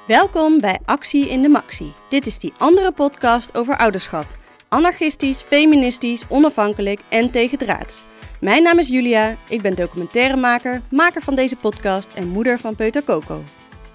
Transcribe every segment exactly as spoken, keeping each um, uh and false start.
Welkom bij Actie in de Maxi. Dit is die andere podcast over ouderschap. Anarchistisch, feministisch, onafhankelijk en tegendraads. Mijn naam is Julia, ik ben documentairemaker, maker van deze podcast en moeder van Peuter Coco.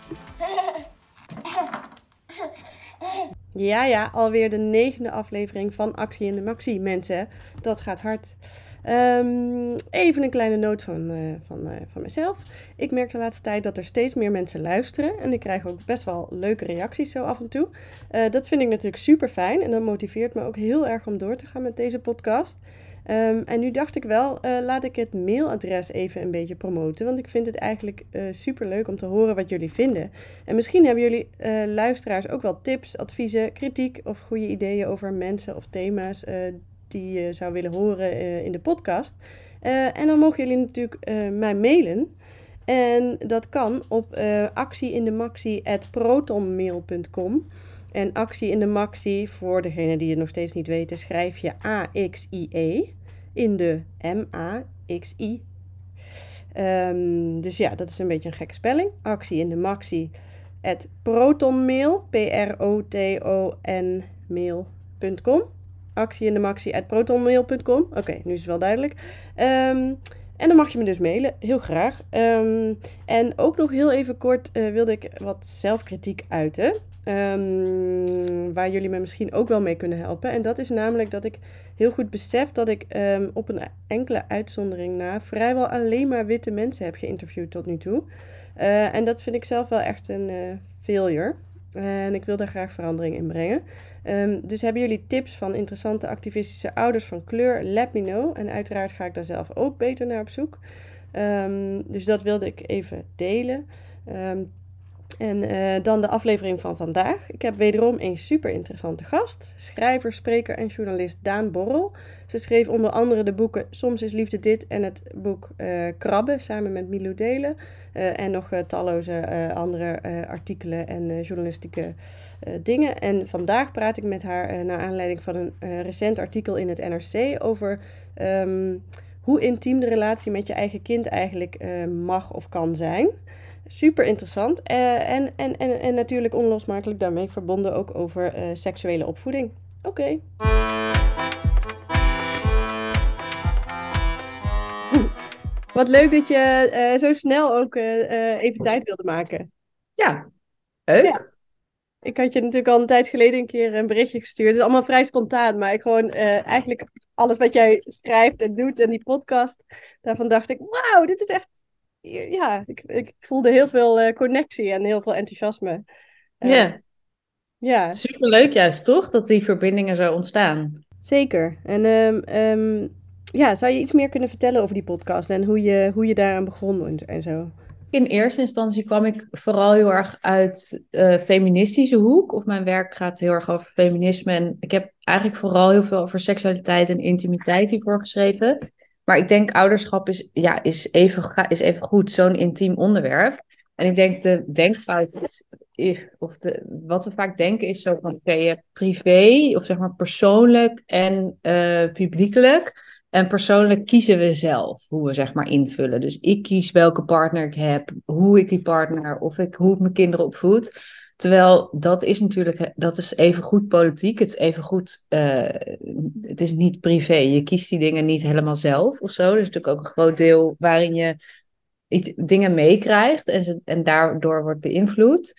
Ja, ja, alweer de negende aflevering van Actie in de Maxi, mensen. Dat gaat hard. Um, even een kleine noot van, uh, van, uh, van mezelf. Ik merk de laatste tijd dat er steeds meer mensen luisteren. En ik krijg ook best wel leuke reacties zo af en toe. Uh, dat vind ik natuurlijk super fijn. En dat motiveert me ook heel erg om door te gaan met deze podcast. Um, en nu dacht ik wel, uh, laat ik het mailadres even een beetje promoten. Want ik vind het eigenlijk uh, super leuk om te horen wat jullie vinden. En misschien hebben jullie uh, luisteraars ook wel tips, adviezen, kritiek of goede ideeën over mensen of thema's uh, die je zou willen horen uh, in de podcast. Uh, en dan mogen jullie natuurlijk uh, mij mailen. En dat kan op uh, actieindemaxi at protonmail punt com. En actie in de maxi, voor degene die het nog steeds niet weten, schrijf je A X I E in de M A X I. Um, dus ja, dat is een beetje een gekke spelling. Actie in de maxi at protonmail, P R O T O N mail punt com. Actie in de maxi at protonmail punt com. Oké, okay, nu is het wel duidelijk. Um, En dan mag je me dus mailen, heel graag. Um, en ook nog heel even kort uh, wilde ik wat zelfkritiek uiten. Um, waar jullie me misschien ook wel mee kunnen helpen. En dat is namelijk dat ik heel goed besef dat ik um, op een enkele uitzondering na vrijwel alleen maar witte mensen heb geïnterviewd tot nu toe. Uh, en dat vind ik zelf wel echt een uh, failure. En ik wil daar graag verandering in brengen. Um, dus hebben jullie tips van interessante activistische ouders van kleur? Let me know. En uiteraard ga ik daar zelf ook beter naar op zoek. Um, dus dat wilde ik even delen. Um, en uh, dan de aflevering van vandaag. Ik heb wederom een super interessante gast. Schrijver, spreker en journalist Daan Borrel. Ze schreef onder andere de boeken Soms is liefde dit en het boek uh, Krabben samen met Milou Delen. Uh, en nog uh, talloze uh, andere uh, artikelen en uh, journalistieke uh, dingen. En vandaag praat ik met haar uh, naar aanleiding van een uh, recent artikel in het N R C over um, hoe intiem de relatie met je eigen kind eigenlijk uh, mag of kan zijn. Super interessant. Uh, en, en, en, en natuurlijk onlosmakelijk daarmee verbonden ook over uh, seksuele opvoeding. Oké. Okay. Wat leuk dat je uh, zo snel ook uh, uh, even tijd wilde maken. Ja, leuk. Ja. Ik had je natuurlijk al een tijd geleden een keer een berichtje gestuurd. Het is allemaal vrij spontaan, maar ik gewoon uh, eigenlijk alles wat jij schrijft en doet en die podcast, daarvan dacht ik, wauw, dit is echt... Ja, ik, ik voelde heel veel uh, connectie en heel veel enthousiasme. Uh, ja. ja. Superleuk juist, toch? Dat die verbindingen zo ontstaan. Zeker. En um, um, ja, zou je iets meer kunnen vertellen over die podcast en hoe je, hoe je daaraan begon en, en zo? In eerste instantie kwam ik vooral heel erg uit uh, feministische hoek. Of mijn werk gaat heel erg over feminisme. En ik heb eigenlijk vooral heel veel over seksualiteit en intimiteit hiervoor geschreven. Maar ik denk ouderschap is, ja, is, even, is even goed zo'n intiem onderwerp. En ik denk de denkfout is, of de, wat we vaak denken is zo van, oké, okay, je hebt privé of zeg maar persoonlijk en uh, publiekelijk. En persoonlijk kiezen we zelf hoe we zeg maar invullen. Dus ik kies welke partner ik heb, hoe ik die partner, of ik, hoe ik mijn kinderen opvoed. Terwijl dat is natuurlijk, dat is even goed politiek. Het is even goed, uh, het is niet privé. Je kiest die dingen niet helemaal zelf of zo. Er is natuurlijk ook een groot deel waarin je iets, dingen meekrijgt en, ze, en daardoor wordt beïnvloed.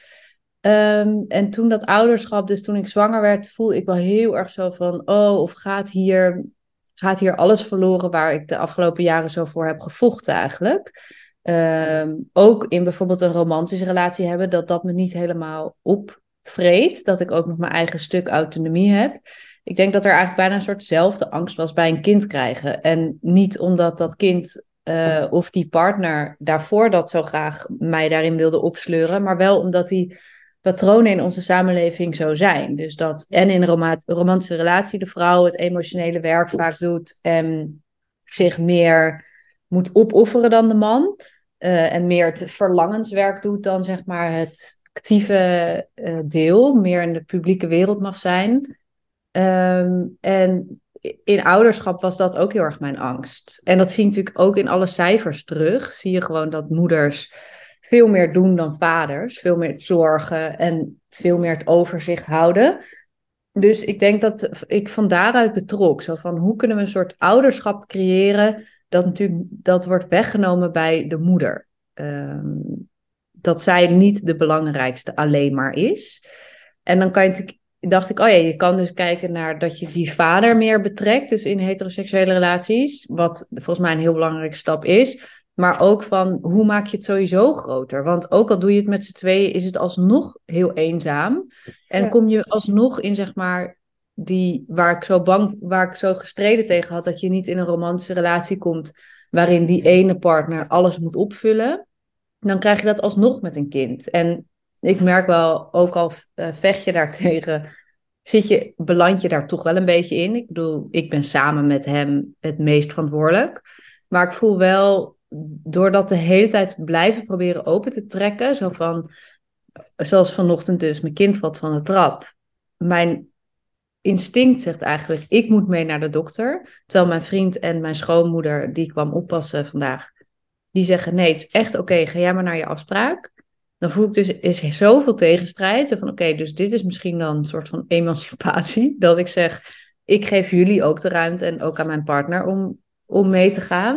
Um, en toen dat ouderschap, dus toen ik zwanger werd, voelde ik wel heel erg zo van, oh, of gaat hier... gaat hier alles verloren waar ik de afgelopen jaren zo voor heb gevochten eigenlijk. Um, ook in bijvoorbeeld een romantische relatie hebben, dat dat me niet helemaal opvreet. Dat ik ook nog mijn eigen stuk autonomie heb. Ik denk dat er eigenlijk bijna een soortzelfde angst was bij een kind krijgen. En niet omdat dat kind uh, of die partner daarvoor dat zo graag mij daarin wilde opsleuren, maar wel omdat die patronen in onze samenleving zo zijn. Dus dat en in een roma- romantische relatie de vrouw het emotionele werk vaak doet en zich meer moet opofferen dan de man. Uh, en meer het verlangenswerk doet dan zeg maar het actieve uh, deel. Meer in de publieke wereld mag zijn. Um, en in ouderschap was dat ook heel erg mijn angst. En dat zie je natuurlijk ook in alle cijfers terug. Zie je gewoon dat moeders veel meer doen dan vaders. Veel meer het zorgen en veel meer het overzicht houden. Dus ik denk dat ik van daaruit betrok. Zo van, hoe kunnen we een soort ouderschap creëren dat natuurlijk dat wordt weggenomen bij de moeder. Um, dat zij niet de belangrijkste alleen maar is. En dan kan je natuurlijk, dacht ik, oh ja, je kan dus kijken naar dat je die vader meer betrekt, dus in heteroseksuele relaties, wat volgens mij een heel belangrijke stap is. Maar ook van, hoe maak je het sowieso groter? Want ook al doe je het met z'n tweeën, is het alsnog heel eenzaam. En Ja. kom je alsnog in, zeg maar, die, waar ik zo bang, waar ik zo gestreden tegen had, dat je niet in een romantische relatie komt, waarin die ene partner alles moet opvullen. Dan krijg je dat alsnog met een kind. En ik merk wel, ook al uh, vecht je daartegen, zit je, beland je daar toch wel een beetje in. Ik bedoel, ik ben samen met hem het meest verantwoordelijk. Maar ik voel wel, door dat de hele tijd blijven proberen open te trekken, zo van, zoals vanochtend dus, mijn kind valt van de trap. Mijn instinct zegt eigenlijk, ik moet mee naar de dokter. Terwijl mijn vriend en mijn schoonmoeder, die kwam oppassen vandaag, die zeggen, nee, het is echt oké, okay, ga jij maar naar je afspraak. Dan voel ik dus, is er zoveel tegenstrijd. Zo van, oké, okay, dus dit is misschien dan een soort van emancipatie. Dat ik zeg, ik geef jullie ook de ruimte en ook aan mijn partner om, om mee te gaan.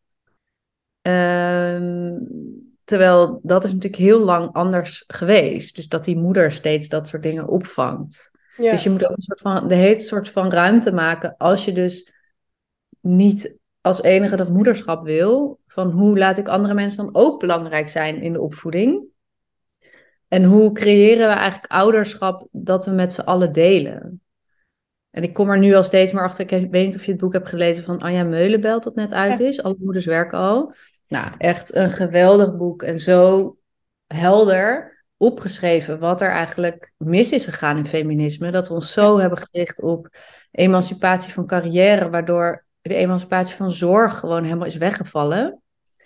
Um, terwijl dat is natuurlijk heel lang anders geweest. Dus dat die moeder steeds dat soort dingen opvangt. Ja. Dus je moet ook een soort van, de hele soort van ruimte maken als je dus niet als enige dat moederschap wil, van hoe laat ik andere mensen dan ook belangrijk zijn in de opvoeding? En hoe creëren we eigenlijk ouderschap dat we met z'n allen delen? En ik kom er nu al steeds maar achter, ik weet niet of je het boek hebt gelezen van Anja Meulenbelt dat net uit is, Alle moeders werken al. Nou, echt een geweldig boek en zo helder opgeschreven wat er eigenlijk mis is gegaan in feminisme. Dat we ons zo ja. hebben gericht op emancipatie van carrière, waardoor de emancipatie van zorg gewoon helemaal is weggevallen.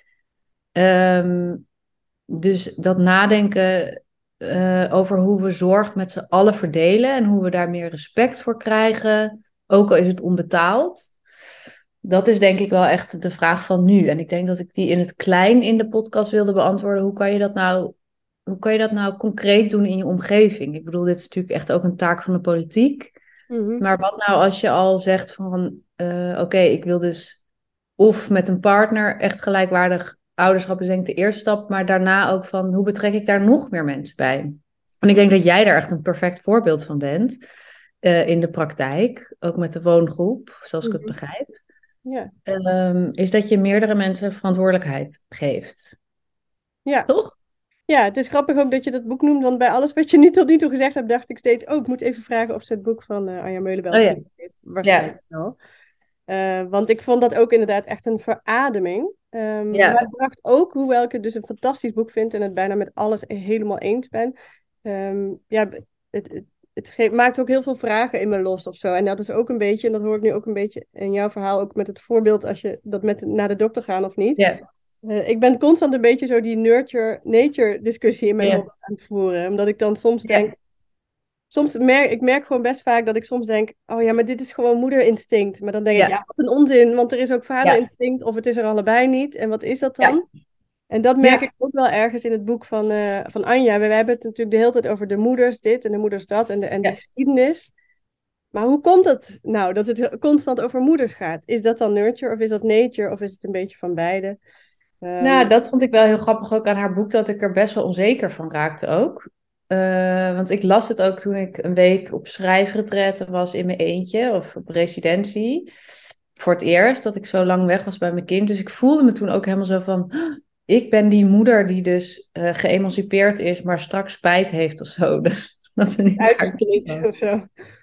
Um, dus dat nadenken uh, over hoe we zorg met z'n allen verdelen en hoe we daar meer respect voor krijgen, ook al is het onbetaald. Dat is denk ik wel echt de vraag van nu. En ik denk dat ik die in het klein in de podcast wilde beantwoorden. Hoe kan je dat nou, hoe kan je dat nou concreet doen in je omgeving? Ik bedoel, dit is natuurlijk echt ook een taak van de politiek. Mm-hmm. Maar wat nou als je al zegt van, uh, oké, okay, ik wil dus of met een partner echt gelijkwaardig ouderschap is denk ik de eerste stap, maar daarna ook van, hoe betrek ik daar nog meer mensen bij? En ik denk dat jij daar echt een perfect voorbeeld van bent uh, in de praktijk, ook met de woongroep, zoals mm-hmm. ik het begrijp. Ja. Um, is dat je meerdere mensen verantwoordelijkheid geeft. Ja. Toch? Ja, het is grappig ook dat je dat boek noemt, want bij alles wat je nu tot nu toe gezegd hebt, dacht ik steeds, oh, ik moet even vragen of ze het boek van uh, Anja Meulenbelt oh, ja. heeft. Waarschijnlijk ja. wel. Uh, want ik vond dat ook inderdaad echt een verademing. Um, ja. Maar het bracht ook, hoewel ik het dus een fantastisch boek vind en het bijna met alles helemaal eens ben, um, ja, het, het, het ge- maakt ook heel veel vragen in me los of zo. En dat is ook een beetje, en dat hoor ik nu ook een beetje in jouw verhaal, ook met het voorbeeld als je dat met naar de dokter gaan of niet. Ja. Uh, ik ben constant een beetje zo die nurture-nature discussie in mijn ja. hoofd aan het voeren. Omdat ik dan soms denk... Ja. Soms merk ik merk gewoon best vaak dat ik soms denk... Oh ja, maar dit is gewoon moederinstinct. Maar dan denk ja. ik, ja, wat een onzin. Want er is ook vaderinstinct. Ja. Of het is er allebei niet. En wat is dat dan? Ja. En dat merk ja. ik ook wel ergens in het boek van, uh, van Anja. We, we hebben het natuurlijk de hele tijd over de moeders dit en de moeders dat. En de, en ja. de geschiedenis. Maar hoe komt het nou dat het constant over moeders gaat? Is dat dan nurture of is dat nature? Of is het een beetje van beide? Um... Nou, dat vond ik wel heel grappig ook aan haar boek, dat ik er best wel onzeker van raakte ook. Uh, want ik las het ook toen ik een week op schrijfretraite was in mijn eentje, of op residentie. Voor het eerst, dat ik zo lang weg was bij mijn kind. Dus ik voelde me toen ook helemaal zo van, oh, ik ben die moeder die dus uh, geëmancipeerd is, maar straks spijt heeft of zo. Dat ze niet uitgekleed of zo.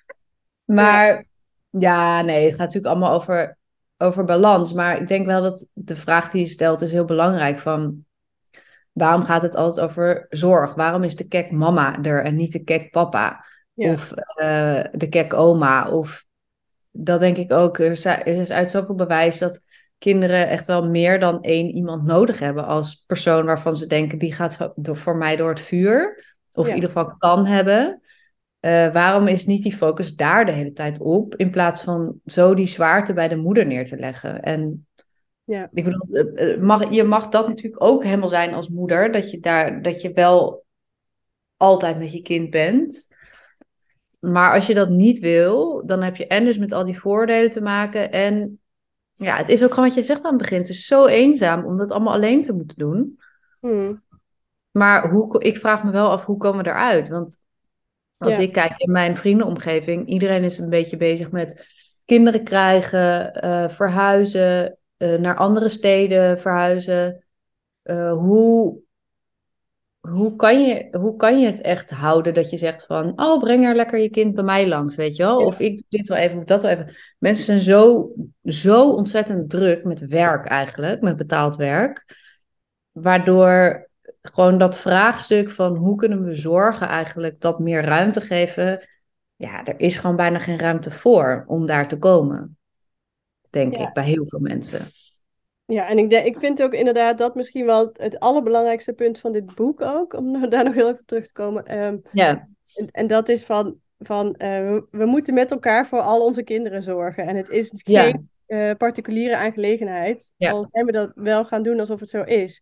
Maar ja. ja, nee, het gaat natuurlijk allemaal over... over balans, maar ik denk wel dat de vraag die je stelt is heel belangrijk van waarom gaat het altijd over zorg? Waarom is de kek mama er en niet de kek papa? Ja. Of uh, de kek oma? Of dat denk ik ook. Er is uit zoveel bewijs dat kinderen echt wel meer dan één iemand nodig hebben als persoon waarvan ze denken die gaat voor mij door het vuur. Of ja. in ieder geval kan hebben. Uh, waarom is niet die focus daar de hele tijd op, in plaats van zo die zwaarte bij de moeder neer te leggen? En Ja. Ik bedoel, eh, eh, mag, je mag dat natuurlijk ook helemaal zijn als moeder, dat je daar, dat je wel altijd met je kind bent. Maar als je dat niet wil, dan heb je en dus met al die voordelen te maken. En ja, het is ook gewoon wat je zegt aan het begin. Het is zo eenzaam om dat allemaal alleen te moeten doen. Hmm. Maar hoe, ik vraag me wel af, hoe komen we eruit? Want als Ja. ik kijk in mijn vriendenomgeving, iedereen is een beetje bezig met kinderen krijgen, eh, verhuizen, eh, naar andere steden verhuizen. Eh, hoe, hoe, kan je, hoe kan je het echt houden dat je zegt van, oh, breng er lekker je kind bij mij langs, weet je wel? Of ik doe dit wel even, of dat wel even. Mensen zijn zo, zo ontzettend druk met werk eigenlijk, met betaald werk, waardoor gewoon dat vraagstuk van hoe kunnen we zorgen eigenlijk dat meer ruimte geven, ja, er is gewoon bijna geen ruimte voor om daar te komen, denk ik, Ja. bij heel veel mensen. Ja, en ik, denk, ik vind ook inderdaad dat misschien wel het, het allerbelangrijkste punt van dit boek ook, om nou daar nog heel even op terug te komen. Ehm, Ja, en, en dat is van, van eh, we, we moeten met elkaar voor al onze kinderen zorgen. En het is ja, geen eh, particuliere aangelegenheid, ja, al zijn we dat wel gaan doen alsof het zo is.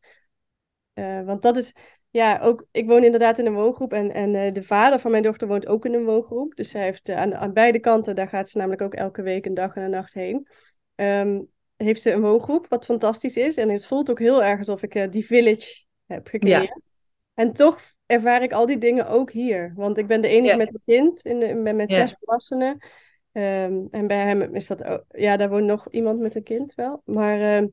Eh, want dat is, ja, ook, ik woon inderdaad in een woongroep en, en eh, de vader van mijn dochter woont ook in een woongroep. Dus zij heeft eh, aan, aan beide kanten, daar gaat ze namelijk ook elke week een dag en een nacht heen. Ehm, heeft ze een woongroep, wat fantastisch is. En het voelt ook heel erg alsof ik eh, die village heb ja, gecreëerd. En toch ervaar ik al die dingen ook hier. Want ik ben de enige ja, met een kind, in de, met, met ja. zes volwassenen. Ehm, en bij hem is dat ook, ja, daar woont nog iemand met een kind wel. Maar ehm,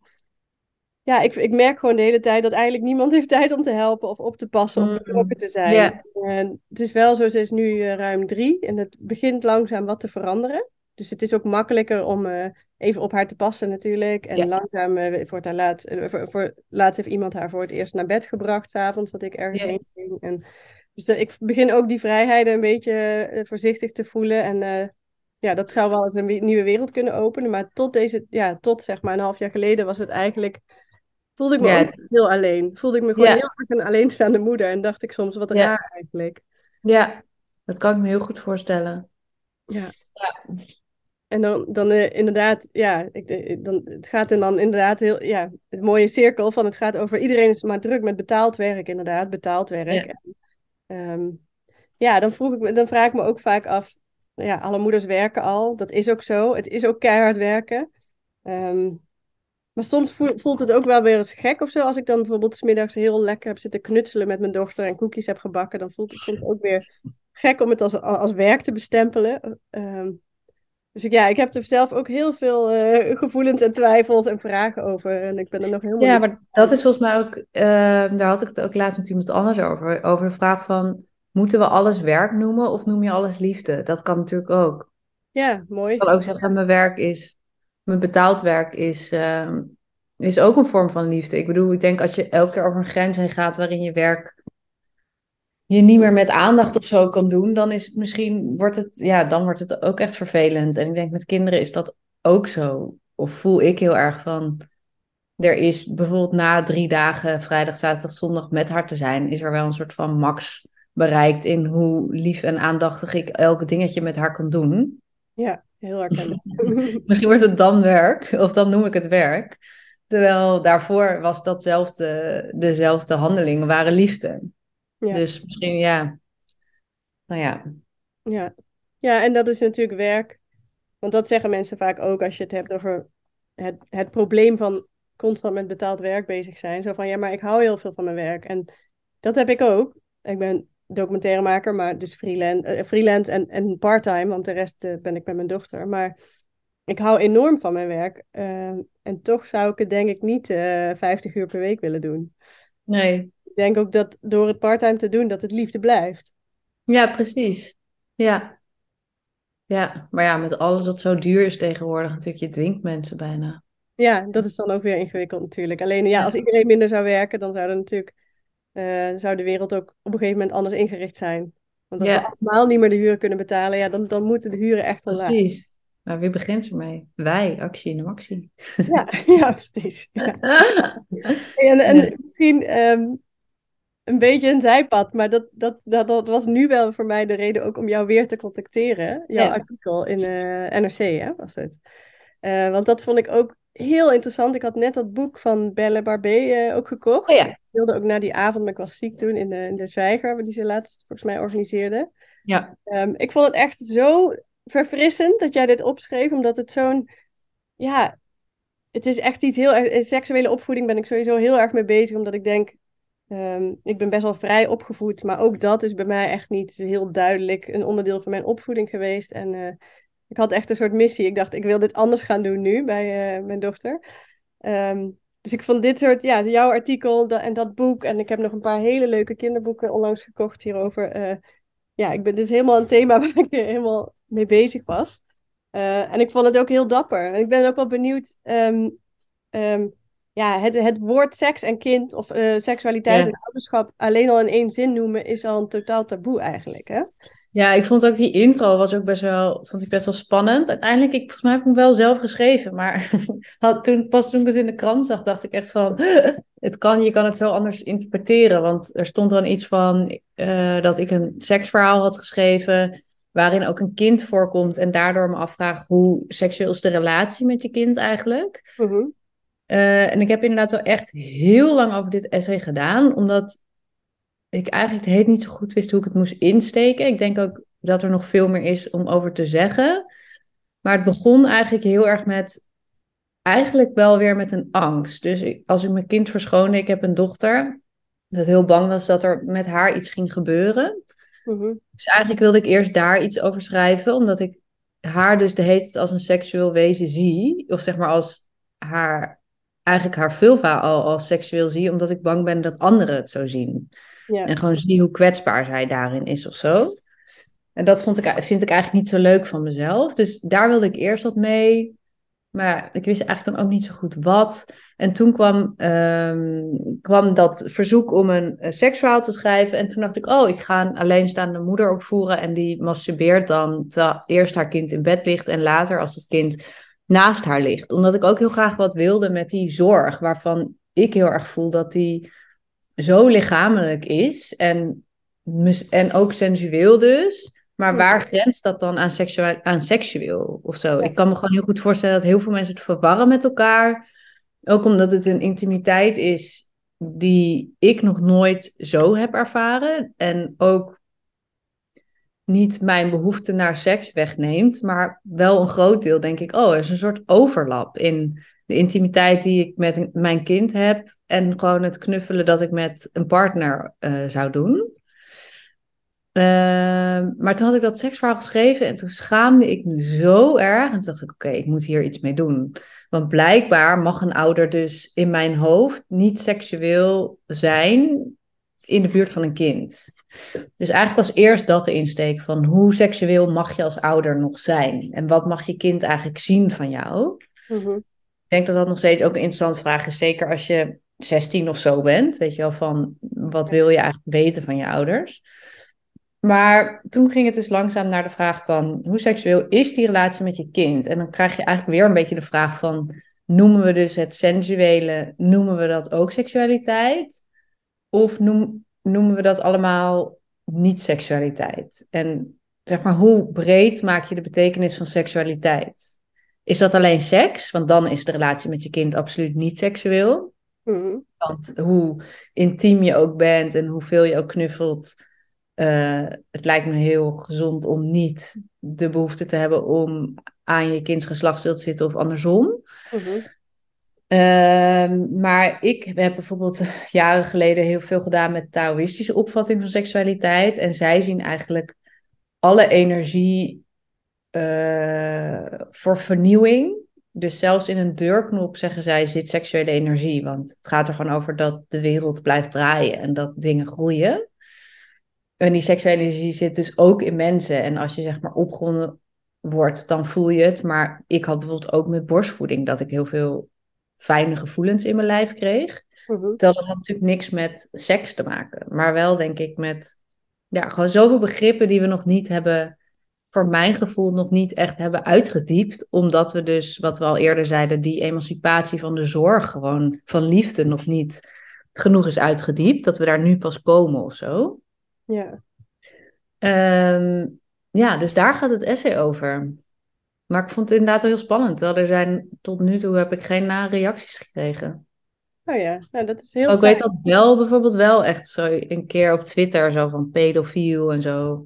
ja, ik, ik merk gewoon de hele tijd dat eigenlijk niemand heeft tijd om te helpen of op te passen of betrokken Mm, te zijn. ja, En het is wel zo, ze is nu eh, ruim drie en het begint langzaam wat te veranderen. Dus het is ook makkelijker om eh, even op haar te passen natuurlijk. En ja, langzaam uh, wordt haar laat, eh, voor, voor, laatst heeft iemand haar voor het eerst naar bed gebracht, 's avonds dat ik ergens ja. heen ging. En, dus dat, ik begin ook die vrijheden een beetje eh, voorzichtig te voelen. En eh, ja, dat zou wel eens een wie- nieuwe wereld kunnen openen. Maar tot deze, ja, tot zeg maar een half jaar geleden was het eigenlijk voelde ik me ook Ja, heel alleen. Voelde ik me gewoon heel ja, erg een alleenstaande moeder. En dacht ik soms, wat ja, raar eigenlijk. ja, dat kan ik me heel goed voorstellen. Ja. Ja, En dan, dan eh, inderdaad, ja, ik, eh, dan, het gaat en dan inderdaad heel, ja, het mooie cirkel van het gaat over iedereen is maar druk met betaald werk, inderdaad, betaald werk. ja, En, ehm, ja, dan, vroeg ik me, dan vraag ik me ook vaak af, ja, alle moeders werken al, dat is ook zo. Het is ook keihard werken. Ehm, Maar soms voel- voelt het ook wel weer eens gek of zo. Als ik dan bijvoorbeeld 's middags heel lekker heb zitten knutselen met mijn dochter en koekjes heb gebakken, dan voelt het soms ook weer gek om het als, als werk te bestempelen. Ehm, dus ik, ja, ik heb er zelf ook heel veel eh, gevoelens en twijfels en vragen over. En ik ben er nog helemaal ja, niet maar dat uit. is volgens mij ook, ehm, daar had ik het ook laatst met iemand anders over, over de vraag van, moeten we alles werk noemen of noem je alles liefde? Dat kan natuurlijk ook. Ja, Ik mooi. kan ook zeggen, mijn werk is, mijn betaald werk is, ehm, is ook een vorm van liefde. Ik bedoel, ik denk als je elke keer over een grens heen gaat waarin je werk je niet meer met aandacht of zo kan doen, dan is het misschien, wordt het, ja, dan wordt het ook echt vervelend. En ik denk met kinderen is dat ook zo. Of voel ik heel erg van, er is bijvoorbeeld na drie dagen, vrijdag, zaterdag, zondag met haar te zijn, is er wel een soort van max bereikt in hoe lief en aandachtig ik elk dingetje met haar kan doen. Ja, heel herkenbaar. Misschien wordt het dan werk, of dan noem ik het werk. Terwijl daarvoor was datzelfde, dezelfde handelingen waren liefde. Ja, Dus misschien, ja, nou ja, ja. Ja, en dat is natuurlijk werk. Want dat zeggen mensen vaak ook als je het hebt over het, het probleem van constant met betaald werk bezig zijn. Zo van, ja, maar ik hou heel veel van mijn werk. En dat heb ik ook. Ik ben documentairemaker, maar dus freelance, eh, freelance en, en parttime, want de rest eh, ben ik met mijn dochter. Maar ik hou enorm van mijn werk. Eh, en toch zou ik het denk ik niet eh vijftig uur per week willen doen. nee. Ik denk ook dat door het parttime te doen, dat het liefde blijft. Ja, precies. Ja, ja. Maar ja, met alles wat zo duur is tegenwoordig, natuurlijk, je dwingt mensen bijna. Ja, dat is dan ook weer ingewikkeld natuurlijk. Alleen ja, als Ja, iedereen minder zou werken, dan zou er natuurlijk eh, zou de wereld ook op een gegeven moment anders ingericht zijn. Want als we ja, allemaal niet meer de huur kunnen betalen, ja, dan, dan moeten de huren echt wel laag. precies. Maar wie begint ermee? Wij, actie in de maxi. Ja, ja, precies. Ja. En, Ja, en misschien ehm, een beetje een zijpad, maar dat, dat, dat, dat was nu wel voor mij de reden ook om jou weer te contacteren. Jouw ja, artikel in eh N R C, hè, was het. Eh, want dat vond ik ook heel interessant. Ik had net dat boek van Belle Barbé eh, ook Oh gekocht. ja, Ik wilde ook naar die avond, maar ik was ziek toen in de, in de Zwijger, die ze laatst volgens mij organiseerde. ja, Ehm, ik vond het echt zo verfrissend dat jij dit opschreef, omdat het zo'n, ja, het is echt iets heel erg, in seksuele opvoeding ben ik sowieso heel erg mee bezig, omdat ik denk, ehm, ik ben best wel vrij opgevoed, maar ook dat is bij mij echt niet heel duidelijk een onderdeel van mijn opvoeding geweest. En eh, ik had echt een soort missie. Ik dacht, ik wil dit anders gaan doen nu bij eh, mijn dochter. Ehm, dus ik vond dit soort, ja, jouw artikel da- en dat boek, en ik heb nog een paar hele leuke kinderboeken onlangs gekocht hierover. Eh, ja, ik ben, dit is helemaal een thema waar ik eh, helemaal mee bezig was. Eh, en ik vond het ook heel dapper. En ik ben ook wel benieuwd. ehm, ehm, ja, het, het woord seks en kind of eh, seksualiteit ja. en ouderschap alleen al in één zin noemen is al een totaal taboe eigenlijk, hè? Ja, ik vond ook die intro was ook best wel, vond ik best wel spannend. Uiteindelijk, ik, volgens mij heb ik hem wel zelf geschreven, maar had, toen, pas toen ik het in de krant zag, dacht ik echt van, het kan, je kan het zo anders interpreteren. Want er stond dan iets van eh, dat ik een seksverhaal had geschreven, waarin ook een kind voorkomt en daardoor me afvraag hoe seksueel is de relatie met je kind eigenlijk. Mhm. Eh, en ik heb inderdaad wel echt heel lang over dit essay gedaan, omdat ik eigenlijk het heet niet zo goed wist hoe ik het moest insteken. Ik denk ook dat er nog veel meer is om over te zeggen. Maar het begon eigenlijk heel erg met, eigenlijk wel weer met een angst. Dus ik- als ik mijn kind verschoonde, ik heb een dochter, dat heel bang was dat er met haar iets ging gebeuren. Mhm. Dus eigenlijk wilde ik eerst daar iets over schrijven, omdat ik haar dus de hele tijd als een seksueel wezen zie. Of zeg maar als haar, eigenlijk haar vulva al als seksueel zie, omdat ik bang ben dat anderen het zo zien. Ja. En gewoon zie hoe kwetsbaar zij daarin is of zo. En dat vond ik, vind ik eigenlijk niet zo leuk van mezelf. Dus daar wilde ik eerst wat mee. Maar ik wist eigenlijk dan ook niet zo goed wat. En toen kwam, ehm, kwam dat verzoek om een, een seksverhaal te schrijven. En toen dacht ik, oh, ik ga een alleenstaande moeder opvoeren. En die masturbeert dan terwijl eerst haar kind in bed ligt. En later als het kind naast haar ligt. Omdat ik ook heel graag wat wilde met die zorg. Waarvan ik heel erg voel dat die zo lichamelijk is en, mis- en ook sensueel dus. Maar Mhm. waar grenst dat dan aan, seksueel, aan seksueel of zo? Ja. Ik kan me gewoon heel goed voorstellen dat heel veel mensen het verwarren met elkaar. Ook omdat het een intimiteit is die ik nog nooit zo heb ervaren. En ook niet mijn behoefte naar seks wegneemt, maar wel een groot deel denk ik, oh, er is een soort overlap in de intimiteit die ik met een- mijn kind heb en gewoon het knuffelen dat ik met een partner eh, zou doen. Ehm, maar toen had ik dat seksverhaal geschreven en toen schaamde ik me zo erg. En toen dacht ik, oké, ik moet hier iets mee doen. Want blijkbaar mag een ouder dus in mijn hoofd niet seksueel zijn in de buurt van een kind. Dus eigenlijk was eerst dat de insteek van hoe seksueel mag je als ouder nog zijn? En wat mag je kind eigenlijk zien van jou? Mhm. Ik denk dat dat nog steeds ook een interessante vraag is. Zeker als je zestien of zo bent. Weet je wel, van wat wil je eigenlijk weten van je ouders? Maar toen ging het dus langzaam naar de vraag van hoe seksueel is die relatie met je kind? En dan krijg je eigenlijk weer een beetje de vraag van noemen we dus het sensuele, noemen we dat ook seksualiteit? Of noem, noemen we dat allemaal niet-seksualiteit? En zeg maar, hoe breed maak je de betekenis van seksualiteit? Is dat alleen seks? Want dan is de relatie met je kind absoluut niet seksueel. Mhm. Want hoe intiem je ook bent en hoeveel je ook knuffelt, uh, het lijkt me heel gezond om niet de behoefte te hebben om aan je kinds geslachtsdeel te zitten of andersom. Mhm. Um, maar ik heb bijvoorbeeld jaren geleden heel veel gedaan met Taoïstische opvatting van seksualiteit. En zij zien eigenlijk alle energie uh, voor vernieuwing. Dus zelfs in een deurknop, zeggen zij, zit seksuele energie. Want het gaat er gewoon over dat de wereld blijft draaien en dat dingen groeien. En die seksuele energie zit dus ook in mensen. En als je zeg maar opgewonden wordt, dan voel je het. Maar ik had bijvoorbeeld ook met borstvoeding dat ik heel veel fijne gevoelens in mijn lijf kreeg. Mhm. Terwijl dat had natuurlijk niks met seks te maken. Maar wel denk ik met ja, gewoon zoveel begrippen die we nog niet hebben, voor mijn gevoel nog niet echt hebben uitgediept. Omdat we dus, wat we al eerder zeiden, die emancipatie van de zorg, gewoon van liefde, nog niet genoeg is uitgediept. Dat we daar nu pas komen of zo. Ja. Um, ja, dus daar gaat het essay over. Maar ik vond het inderdaad wel heel spannend. Terwijl er zijn, tot nu toe heb ik geen nare reacties gekregen. Oh ja, nou dat is heel Maar ik weet fijn. dat wel bijvoorbeeld wel echt zo een keer op Twitter zo van pedofiel en zo.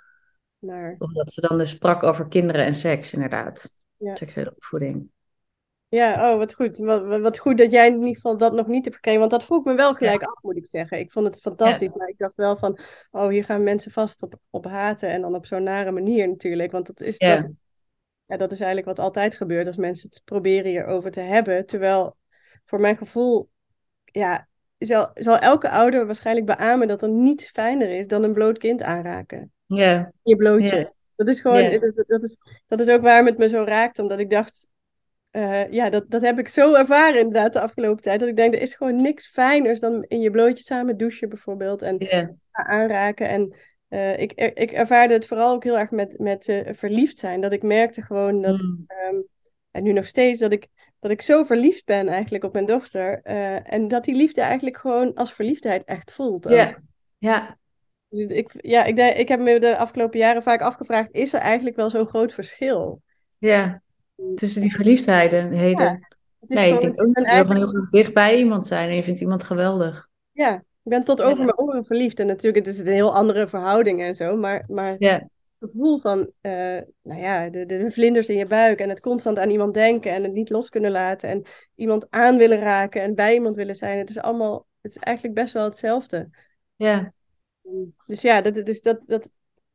Maar Omdat ze dan dus sprak over kinderen en seks, inderdaad. ja. Seksuele opvoeding. Ja, oh wat goed. Wat, wat wat goed dat jij in ieder geval dat nog niet hebt gekregen. Want dat vroeg me wel Ja. gelijk af, moet ik zeggen. Ik vond het fantastisch. Ja. Maar ik dacht wel van, oh hier gaan mensen vast op, op haten. En dan op zo'n nare manier natuurlijk. Want dat is, dat, Ja. ja, dat is eigenlijk wat altijd gebeurt als mensen het proberen hierover te hebben. Terwijl voor mijn gevoel, ja, zal, zal elke ouder waarschijnlijk beamen dat er niets fijner is dan een bloot kind aanraken. Ja. Je blootje. Ja. Dat is gewoon, Ja. dat, dat is, dat is ook waarom het me zo raakt. Omdat ik dacht, eh, ja, dat, dat heb ik zo ervaren inderdaad de afgelopen tijd. Dat ik denk, er is gewoon niks fijners dan in je blootje samen douchen bijvoorbeeld. En Ja. aanraken. En eh, ik, ik ervaarde het vooral ook heel erg met, met eh, verliefd zijn. Dat ik merkte gewoon dat, Mm. ehm, en nu nog steeds, dat ik, dat ik zo verliefd ben eigenlijk op mijn dochter. eh, en dat die liefde eigenlijk gewoon als verliefdheid echt voelt ook. Ja. Ja. Dus ik, ja, ik, denk, ik heb me de afgelopen jaren vaak afgevraagd, is er eigenlijk wel zo'n groot verschil? Ja. Tussen die verliefdheden. Ja, Heden. het is Nee, ik gewoon, denk ik ook ben niet. Je wil gewoon eigenlijk, heel graag dicht bij iemand zijn en je vindt iemand geweldig. ja, ik ben tot over Ja. mijn oren verliefd. En natuurlijk, het is een heel andere verhouding en zo, maar, maar Ja. gevoel van, eh, nou ja, de, de, de vlinders in je buik en het constant aan iemand denken en het niet los kunnen laten en iemand aan willen raken en bij iemand willen zijn. Het is allemaal, het is eigenlijk best wel hetzelfde. Ja. Dus ja, dat, dus dat, dat,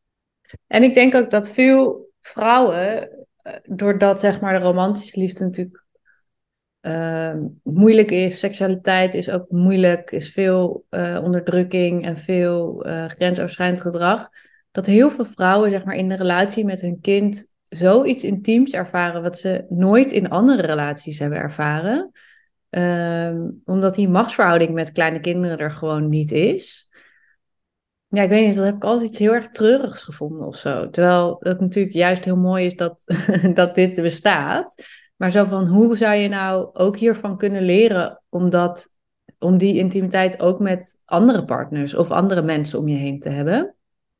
En ik denk ook dat veel vrouwen, eh, doordat zeg maar de romantische liefde natuurlijk eh, moeilijk is, seksualiteit is ook moeilijk, is veel eh, onderdrukking en veel eh, grensoverschrijdend gedrag, dat heel veel vrouwen zeg maar in de relatie met hun kind zoiets intiems ervaren wat ze nooit in andere relaties hebben ervaren. Ehm, omdat die machtsverhouding met kleine kinderen er gewoon niet is. Ja, ik weet niet, dat heb ik altijd iets heel erg treurigs gevonden of zo. Terwijl het natuurlijk juist heel mooi is dat, dat dit bestaat. Maar zo van, hoe zou je nou ook hiervan kunnen leren om, dat, om die intimiteit ook met andere partners of andere mensen om je heen te hebben?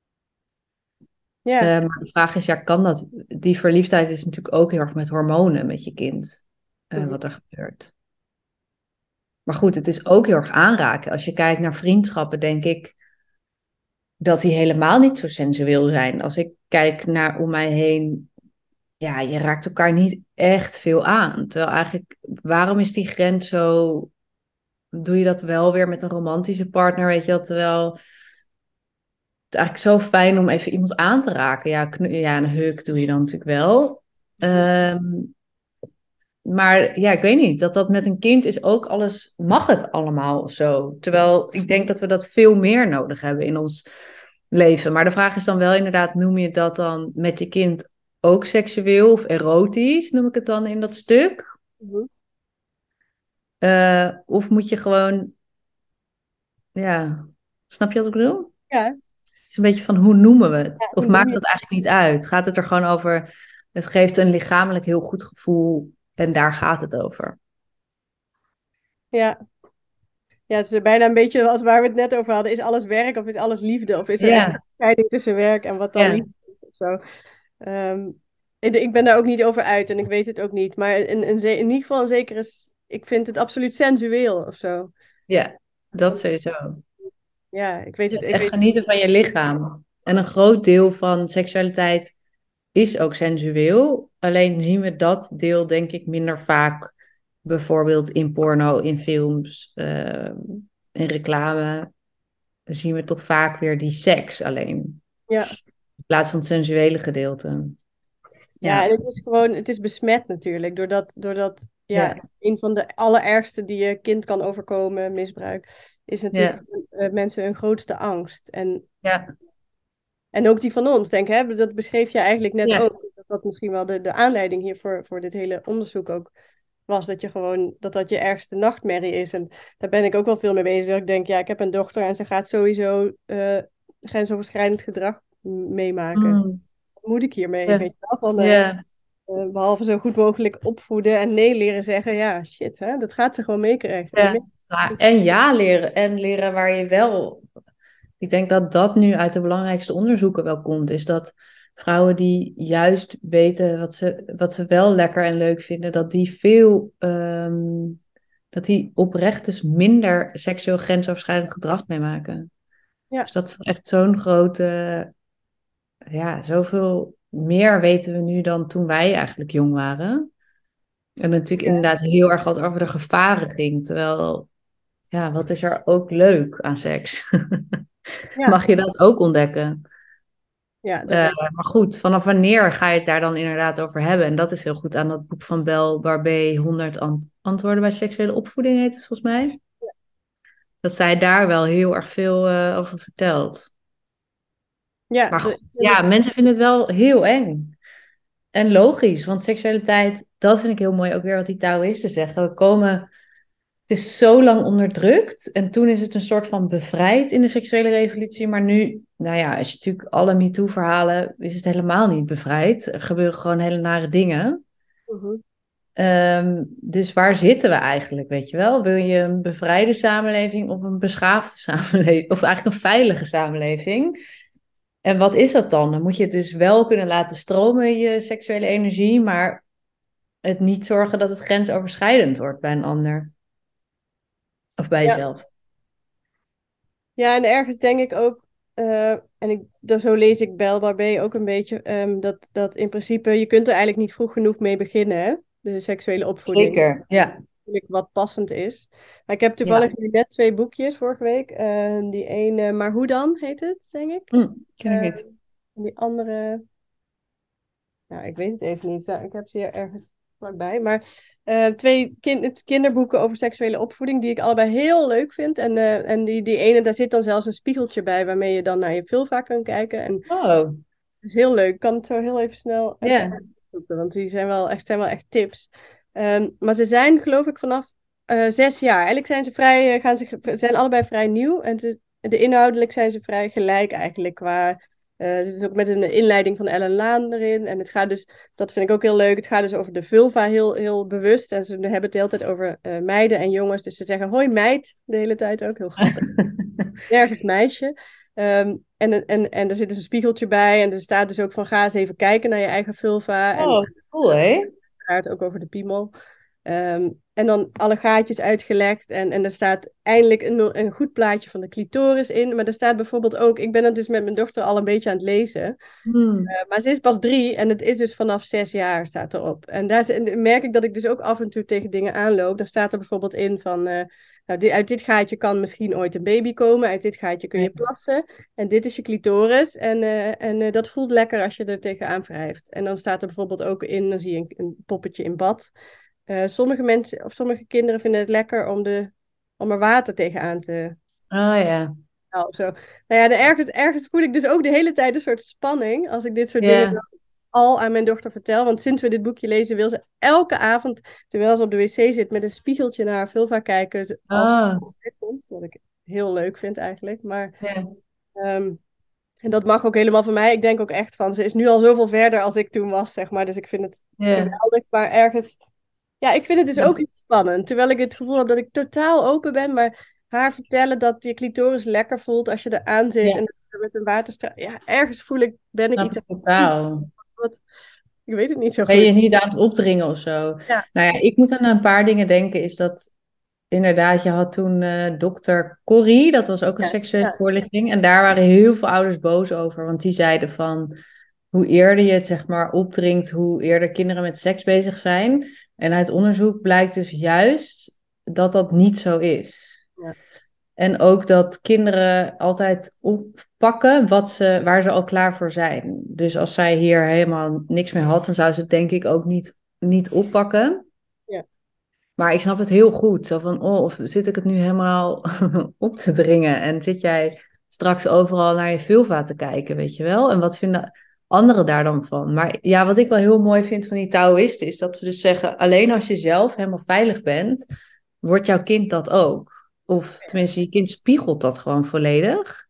Eh, ja. maar de vraag is, ja, kan dat? Die verliefdheid is natuurlijk ook heel erg met hormonen met je kind, eh, Mhm. wat er gebeurt. Maar goed, het is ook heel erg aanraken. Als je kijkt naar vriendschappen, denk ik dat die helemaal niet zo sensueel zijn. Als ik kijk naar om mij heen, ja, je raakt elkaar niet echt veel aan. Terwijl eigenlijk, waarom is die grens zo? Doe je dat wel weer met een romantische partner, weet je wel? Terwijl het is eigenlijk zo fijn om even iemand aan te raken. Ja, knu- ja een hug doe je dan natuurlijk wel. Ehm, maar ja, ik weet niet, dat dat met een kind is ook alles, mag het allemaal of zo. Terwijl ik denk dat we dat veel meer nodig hebben in ons leven. Maar de vraag is dan wel inderdaad, noem je dat dan met je kind ook seksueel of erotisch, noem ik het dan in dat stuk? Mhm. Eh, of moet je gewoon, ja, snap je wat ik bedoel? Ja, Het is een beetje van, hoe noemen we het? ja, hoe Of noem maakt je dat het? eigenlijk niet uit? Gaat het er gewoon over, het geeft een lichamelijk heel goed gevoel en daar gaat het over? Ja. Ja, het is bijna een beetje als waar we het net over hadden. Is alles werk of is alles liefde? Of is er echt een Ja, scheiding tussen werk en wat dan ja, liefde is of zo? Ehm, ik, ik ben daar ook niet over uit en ik weet het ook niet. Maar in, in, ze- in ieder geval een zekere... s- Ik vind het absoluut sensueel of zo. ja, dat sowieso. Ja, ik weet Ja, het. het is Ik echt weet genieten van je lichaam. En een groot deel van seksualiteit is ook sensueel. Alleen zien we dat deel denk ik minder vaak. Bijvoorbeeld in porno, in films, eh, in reclame. Dan zien we toch vaak weer die seks alleen. ja. In plaats van het sensuele gedeelte. Ja, en Ja, het is gewoon, het is besmet natuurlijk. Doordat, doordat ja, ja, een van de allerergste die je kind kan overkomen, misbruik, is natuurlijk ja, eh, mensen hun grootste angst. En, ja, en ook die van ons, denk ik, hè? Dat beschreef je eigenlijk net ja, ook. Dat dat misschien wel de, de aanleiding hiervoor voor dit hele onderzoek ook was. Dat je gewoon, dat dat je ergste nachtmerrie is. En daar ben ik ook wel veel mee bezig. Dat ik denk, ja, ik heb een dochter en ze gaat sowieso eh, grensoverschrijdend gedrag m- meemaken. mm, Wat moet ik hiermee? ja, Weet je wel? Van, eh, ja, eh, behalve zo goed mogelijk opvoeden en nee leren zeggen. Ja, shit, hè? Dat gaat ze gewoon meekrijgen. ja. Nou, en ja leren. En leren waar je wel. Ik denk dat dat nu uit de belangrijkste onderzoeken wel komt. Is dat vrouwen die juist weten wat ze, wat ze wel lekker en leuk vinden, dat die veel, ehm, dat die oprecht dus minder seksueel grensoverschrijdend gedrag meemaken. Ja, Dus dat is echt zo'n grote, ja, zoveel meer weten we nu dan toen wij eigenlijk jong waren. En natuurlijk inderdaad heel erg wat over de gevaren ging. Terwijl, ja, wat is er ook leuk aan seks? ja, Mag je dat ook ontdekken? ja, dat Eh, denk ik. maar goed, vanaf wanneer ga je het daar dan inderdaad over hebben? En dat is heel goed aan dat boek van Bel Barbé, honderd ant- antwoorden bij seksuele opvoeding heet het volgens mij. Dat zij daar wel heel erg veel eh, over vertelt. Ja, Maar de, goed, ik vind ja, het- mensen vinden het wel heel eng. En logisch, want seksualiteit, dat vind ik heel mooi ook weer wat die Taoïsten zeggen. We komen, het is zo lang onderdrukt en toen is het een soort van bevrijd in de seksuele revolutie. Maar nu, nou ja, als je natuurlijk alle MeToo-verhalen, is het helemaal niet bevrijd. Er gebeuren gewoon hele nare dingen. Mhm. Ehm, dus waar zitten we eigenlijk, weet je wel? Wil je een bevrijde samenleving of een beschaafde samenleving? Of eigenlijk een veilige samenleving? En wat is dat dan? Dan moet je het dus wel kunnen laten stromen, je seksuele energie, maar het niet zorgen dat het grensoverschrijdend wordt bij een ander. Of bij Ja. jezelf. Ja, en ergens denk ik ook, eh, en ik, dan zo lees ik Bel Barbé ook een beetje, ehm, dat, dat in principe, je kunt er eigenlijk niet vroeg genoeg mee beginnen, hè? De seksuele opvoeding. Zeker, ja. Natuurlijk wat passend is. Maar ik heb Ja. toevallig nu net twee boekjes vorige week. Eh, die ene, Maar hoe dan, heet het, denk ik. Hm, ken ik Eh, niet. en die andere, nou, ik weet het even niet. Zo, ik heb ze hier ergens vlakbij. Maar eh, twee kin- kinderboeken over seksuele opvoeding, die ik allebei heel leuk vind. En, eh, en die, die ene, daar zit dan zelfs een spiegeltje bij, waarmee je dan naar je vulva kan kijken. En het Oh, is heel leuk. Ik kan het zo heel even snel even ja. uitzoeken, want die zijn wel echt, zijn wel echt tips. Ehm, maar ze zijn, geloof ik, vanaf eh, zes jaar. Eigenlijk zijn ze vrij, eh, gaan ze, zijn allebei vrij nieuw. En ze, de inhoudelijk zijn ze vrij gelijk eigenlijk qua. eh het is ook met een inleiding van Ellen Laan erin. En het gaat dus, dat vind ik ook heel leuk. Het gaat dus over de vulva heel, heel bewust. En ze hebben het de hele tijd over eh, meiden en jongens. Dus ze zeggen hoi meid de hele tijd ook. Heel grappig. Nergens meisje. Ehm, en, en, en er zit dus een spiegeltje bij. En er staat dus ook van ga eens even kijken naar je eigen vulva. En Oh, cool, hè? gaat ook over de piemel. Ehm, en dan alle gaatjes uitgelegd. En, en er staat eindelijk een, een goed plaatje van de clitoris in. Maar er staat bijvoorbeeld ook, ik ben het dus met mijn dochter al een beetje aan het lezen. Hmm. Uh, maar ze is pas drie en het is dus vanaf zes jaar staat erop. En daar z- merk ik dat ik dus ook af en toe tegen dingen aanloop. Daar staat er bijvoorbeeld in van, uh, nou, dit, uit dit gaatje kan misschien ooit een baby komen. Uit dit gaatje kun je Ja. plassen. En dit is je clitoris. En, uh, en uh, dat voelt lekker als je er tegenaan wrijft. En dan staat er bijvoorbeeld ook in, dan zie je een, een poppetje in bad. Uh, sommige mensen of sommige kinderen vinden het lekker om, de, om er water tegenaan te Oh ja. halen. Of zo. Nou ja, de ergens, ergens voel ik dus ook de hele tijd een soort spanning als ik dit soort dingen Ja. al aan mijn dochter vertel. Want sinds we dit boekje lezen, wil ze elke avond, terwijl ze op de wc zit, met een spiegeltje naar haar vulva kijken. Als Oh, het komt. Wat ik heel leuk vind eigenlijk. Maar, ja. um, en dat mag ook helemaal van mij. Ik denk ook echt van, ze is nu al zoveel verder als ik toen was, zeg maar. Dus ik vind het Ja. geweldig. Maar ergens, ja, ik vind het dus ook iets spannend. Terwijl ik het gevoel heb dat ik totaal open ben. Maar haar vertellen dat je clitoris lekker voelt als je er aan zit. Ja. En met een waterstraal. Ja, ergens voel ik, ben ik Snap iets ik aan het doen. totaal. Wat, ik weet het niet zo Ben je goed. niet aan het opdringen of zo? Ja, Nou ja, ik moet aan een paar dingen denken. Is dat inderdaad, je had toen eh dokter Corrie, dat was ook een ja, seksuele ja, voorlichting. En daar waren heel veel ouders boos over. Want die zeiden van, hoe eerder je het zeg maar opdringt, hoe eerder kinderen met seks bezig zijn. En uit onderzoek blijkt dus juist dat dat niet zo is. ja, En ook dat kinderen altijd oppakken wat ze, waar ze al klaar voor zijn. Dus als zij hier helemaal niks meer had, dan zou ze het denk ik ook niet, niet oppakken. ja, Maar ik snap het heel goed. Zo van, oh, of zit ik het nu helemaal op te dringen? En zit jij straks overal naar je vulva te kijken, weet je wel? En wat vinden anderen daar dan van? Maar ja, wat ik wel heel mooi vind van die Taoïsten, is dat ze dus zeggen, alleen als je zelf helemaal veilig bent, wordt jouw kind dat ook. Of tenminste, je kind spiegelt dat gewoon volledig.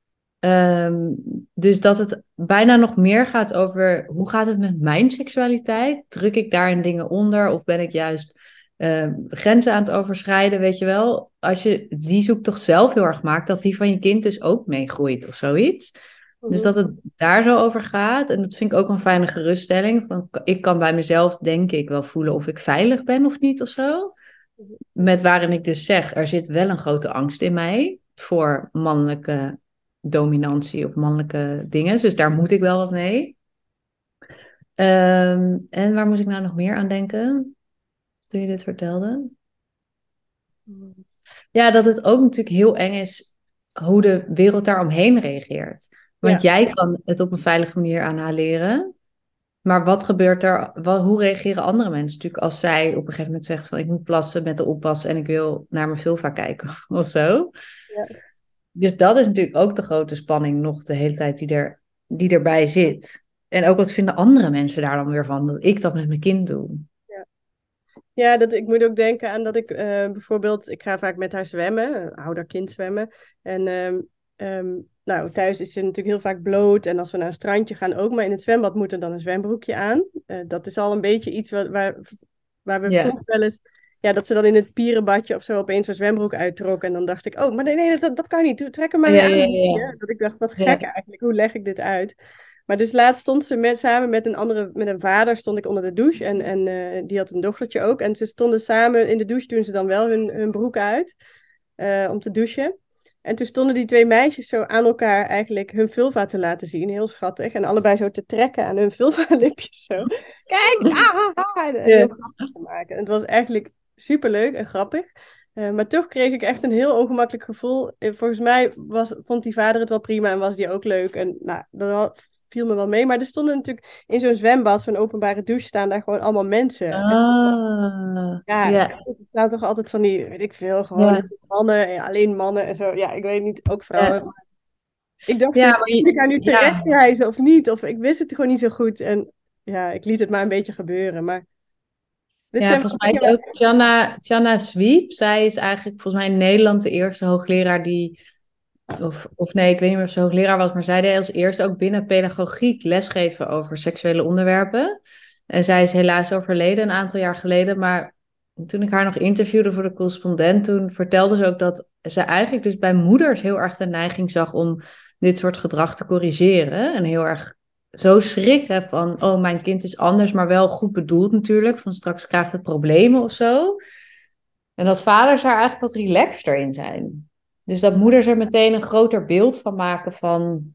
Ehm, dus dat het bijna nog meer gaat over hoe gaat het met mijn seksualiteit? Druk ik daarin dingen onder of ben ik juist ehm, grenzen aan het overschrijden, weet je wel? Als je die zoektocht zelf heel erg maakt, dat die van je kind dus ook meegroeit of zoiets. Dus Mhm. dat het daar zo over gaat. En dat vind ik ook een fijne geruststelling. Van, ik kan bij mezelf, denk ik, wel voelen of ik veilig ben of niet of zo. Met waarin ik dus zeg, er zit wel een grote angst in mij voor mannelijke dominantie of mannelijke dingen. Dus daar moet ik wel wat mee. Ehm, en waar moest ik nou nog meer aan denken toen je dit vertelde? Mhm. Ja, dat het ook natuurlijk heel eng is hoe de wereld daaromheen reageert. Want Ja, jij kan het op een veilige manier aan haar leren. Maar wat gebeurt er? Wat, hoe reageren andere mensen natuurlijk als zij op een gegeven moment zegt van ik moet plassen met de oppas en ik wil naar mijn vulva kijken of zo. ja. Dus dat is natuurlijk ook de grote spanning nog de hele tijd die, er, die erbij zit. En ook wat vinden andere mensen daar dan weer van dat ik dat met mijn kind doe. Ja. Ja, dat, ik moet ook denken aan dat ik eh, bijvoorbeeld, ik ga vaak met haar zwemmen, uh, ouder-kind zwemmen. En ehm, ehm, nou, thuis is ze natuurlijk heel vaak bloot. En als we naar een strandje gaan ook, maar in het zwembad moet er dan een zwembroekje aan. Eh, dat is al een beetje iets wat, waar, waar we Ja, soms wel eens, ja, dat ze dan in het pierenbadje of zo opeens een zwembroek uittrok. En dan dacht ik, oh, maar nee, nee, dat, dat kan niet. Doe- Trek hem maar ja, weer ja, aan. ja. Ja, dat ik dacht, wat gek Ja. eigenlijk, hoe leg ik dit uit? Maar dus laatst stond ze met, samen met een andere, met een vader, stond ik onder de douche. En, en eh, die had een dochtertje ook. En ze stonden samen in de douche, doen ze dan wel hun, hun broek uit eh, om te douchen. En toen stonden die twee meisjes zo aan elkaar eigenlijk hun vulva te laten zien. Heel schattig. En allebei zo te trekken aan hun vulva-lipjes zo. Kijk! Ah, ah, ah, en heel Ja. grappig te maken. En het was eigenlijk superleuk en grappig. Uh, maar toch kreeg ik echt een heel ongemakkelijk gevoel. Uh, volgens mij was, vond die vader het wel prima en was die ook leuk. En nou, dat viel me wel mee. Maar er stonden natuurlijk in zo'n zwembad, zo'n openbare douche, staan daar gewoon allemaal mensen. En Ah, ja, ja, er staan toch altijd van die, weet ik veel, gewoon ja, mannen, en alleen mannen en zo. Ja, ik weet niet, ook vrouwen. ja. Maar ik dacht Ja, van, maar moet ik je, haar nu ja, terechtwijzen of niet? Of ik wist het gewoon niet zo goed. En ja, ik liet het maar een beetje gebeuren. Maar dit ja, zijn volgens wel mij is dingen ook Channa, Channa Sweep. Zij is eigenlijk volgens mij in Nederland de eerste hoogleraar die, of, of nee, ik weet niet meer of ze hoogleraar was, maar zij deed als eerste ook binnen pedagogiek lesgeven over seksuele onderwerpen. En zij is helaas overleden een aantal jaar geleden, maar toen ik haar nog interviewde voor de correspondent, toen vertelde ze ook dat ze eigenlijk dus bij moeders heel erg de neiging zag om dit soort gedrag te corrigeren. En heel erg zo schrikken van, oh, mijn kind is anders, maar wel goed bedoeld natuurlijk, van straks krijgt het problemen of zo. En dat vaders daar eigenlijk wat relaxter in zijn. Dus dat moeders er meteen een groter beeld van maken van,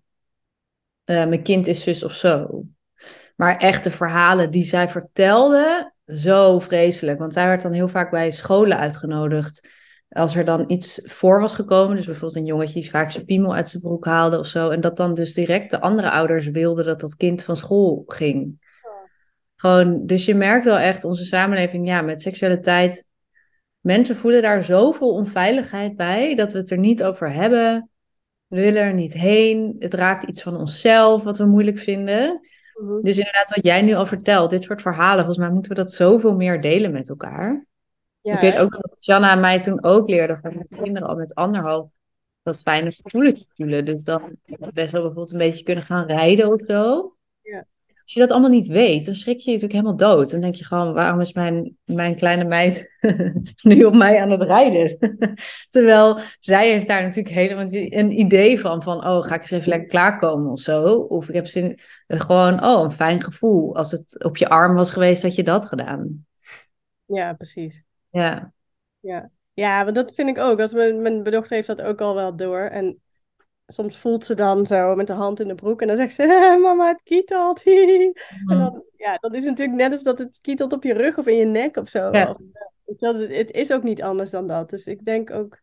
eh, mijn kind is zus of zo. Maar echte verhalen die zij vertelde, zo vreselijk. Want zij werd dan heel vaak bij scholen uitgenodigd. Als er dan iets voor was gekomen, dus bijvoorbeeld een jongetje die vaak zijn piemel uit zijn broek haalde of zo. En dat dan dus direct de andere ouders wilden dat dat kind van school ging. Gewoon, dus je merkt wel echt, onze samenleving, ja, met seksualiteit. Mensen voelen daar zoveel onveiligheid bij, dat we het er niet over hebben. We willen er niet heen. Het raakt iets van onszelf, wat we moeilijk vinden. Mhm. Dus inderdaad, wat jij nu al vertelt, dit soort verhalen, volgens mij moeten we dat zoveel meer delen met elkaar. Ik Ja, weet hè? ook dat Shanna en mij toen ook leerde van mijn kinderen al met anderhalf dat fijne stoelen te voelen. Dus dan best wel bijvoorbeeld een beetje kunnen gaan rijden of zo. Ja. Als je dat allemaal niet weet, dan schrik je je natuurlijk helemaal dood. Dan denk je gewoon, waarom is mijn, mijn kleine meid nu op mij aan het rijden? Terwijl zij heeft daar natuurlijk helemaal een idee van, van oh, ga ik eens even lekker klaarkomen of zo. Of ik heb zin, gewoon, oh, een fijn gevoel. Als het op je arm was geweest, had je dat gedaan. Ja, precies. Ja, Ja. Ja, want dat vind ik ook. Dat mijn, mijn dochter heeft dat ook al wel door. En soms voelt ze dan zo met de hand in de broek en dan zegt ze, mama, het kietelt. En Mhm. dan, ja, dat is natuurlijk net als dat het kietelt op je rug of in je nek of zo. Ja, Of, weet je wel, het, het is ook niet anders dan dat. Dus ik denk ook,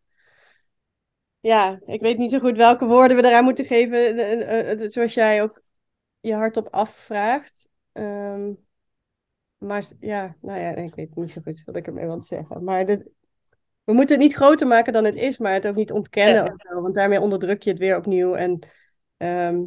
ja, ik weet niet zo goed welke woorden we eraan moeten geven. eh, eh, eh, Zoals jij ook je hardop afvraagt. Ehm, maar ja, nou ja, ik weet niet zo goed wat ik ermee wil zeggen. Maar dit, we moeten het niet groter maken dan het is, maar het ook niet ontkennen ja, of zo. Want daarmee onderdruk je het weer opnieuw. En ehm,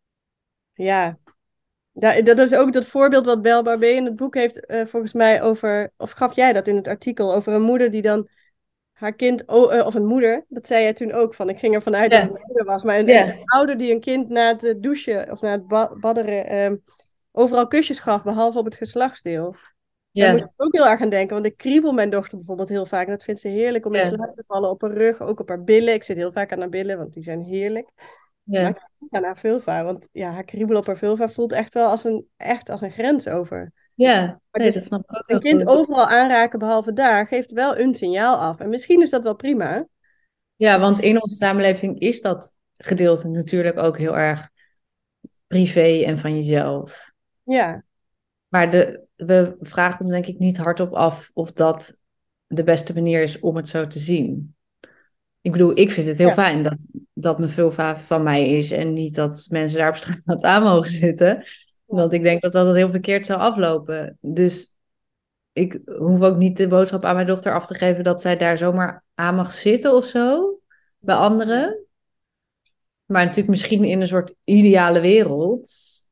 ja, Ja, dat is ook dat voorbeeld wat Bel Barbé in het boek heeft, eh, volgens mij over, of gaf jij dat in het artikel, over een moeder die dan haar kind, oh, eh, of een moeder, dat zei jij toen ook, van ik ging ervan uit dat het ja, een moeder was, maar een, een, ja, een ouder die een kind na het eh, douchen of na het ba- badderen ehm, overal kusjes gaf, behalve op het geslachtsdeel. Daar moest ja, ik ook heel erg aan denken, want ik kriebel mijn dochter bijvoorbeeld heel vaak en dat vindt ze heerlijk om in ja, slaap te vallen op haar rug, ook op haar billen. Ik zit heel vaak aan haar billen, want die zijn heerlijk. Ja, Maar ik vind aan haar vulva, want ja, haar kriebel op haar vulva voelt echt wel als een, echt als een grens over. ja. Maar Nee, dus dat snap ik ook een heel kind goed. overal aanraken behalve daar, geeft wel een signaal af. En misschien is dat wel prima. Ja, want in onze samenleving is dat gedeelte natuurlijk ook heel erg privé en van jezelf. Ja, Maar de, we vragen ons denk ik niet hardop af of dat de beste manier is om het zo te zien. Ik bedoel, ik vind het heel ja, fijn dat, dat mijn vulva van mij is en niet dat mensen daar op straat aan mogen zitten. ja. Want ik denk dat dat heel verkeerd zou aflopen. Dus ik hoef ook niet de boodschap aan mijn dochter af te geven dat zij daar zomaar aan mag zitten of zo, bij anderen. Maar natuurlijk misschien in een soort ideale wereld.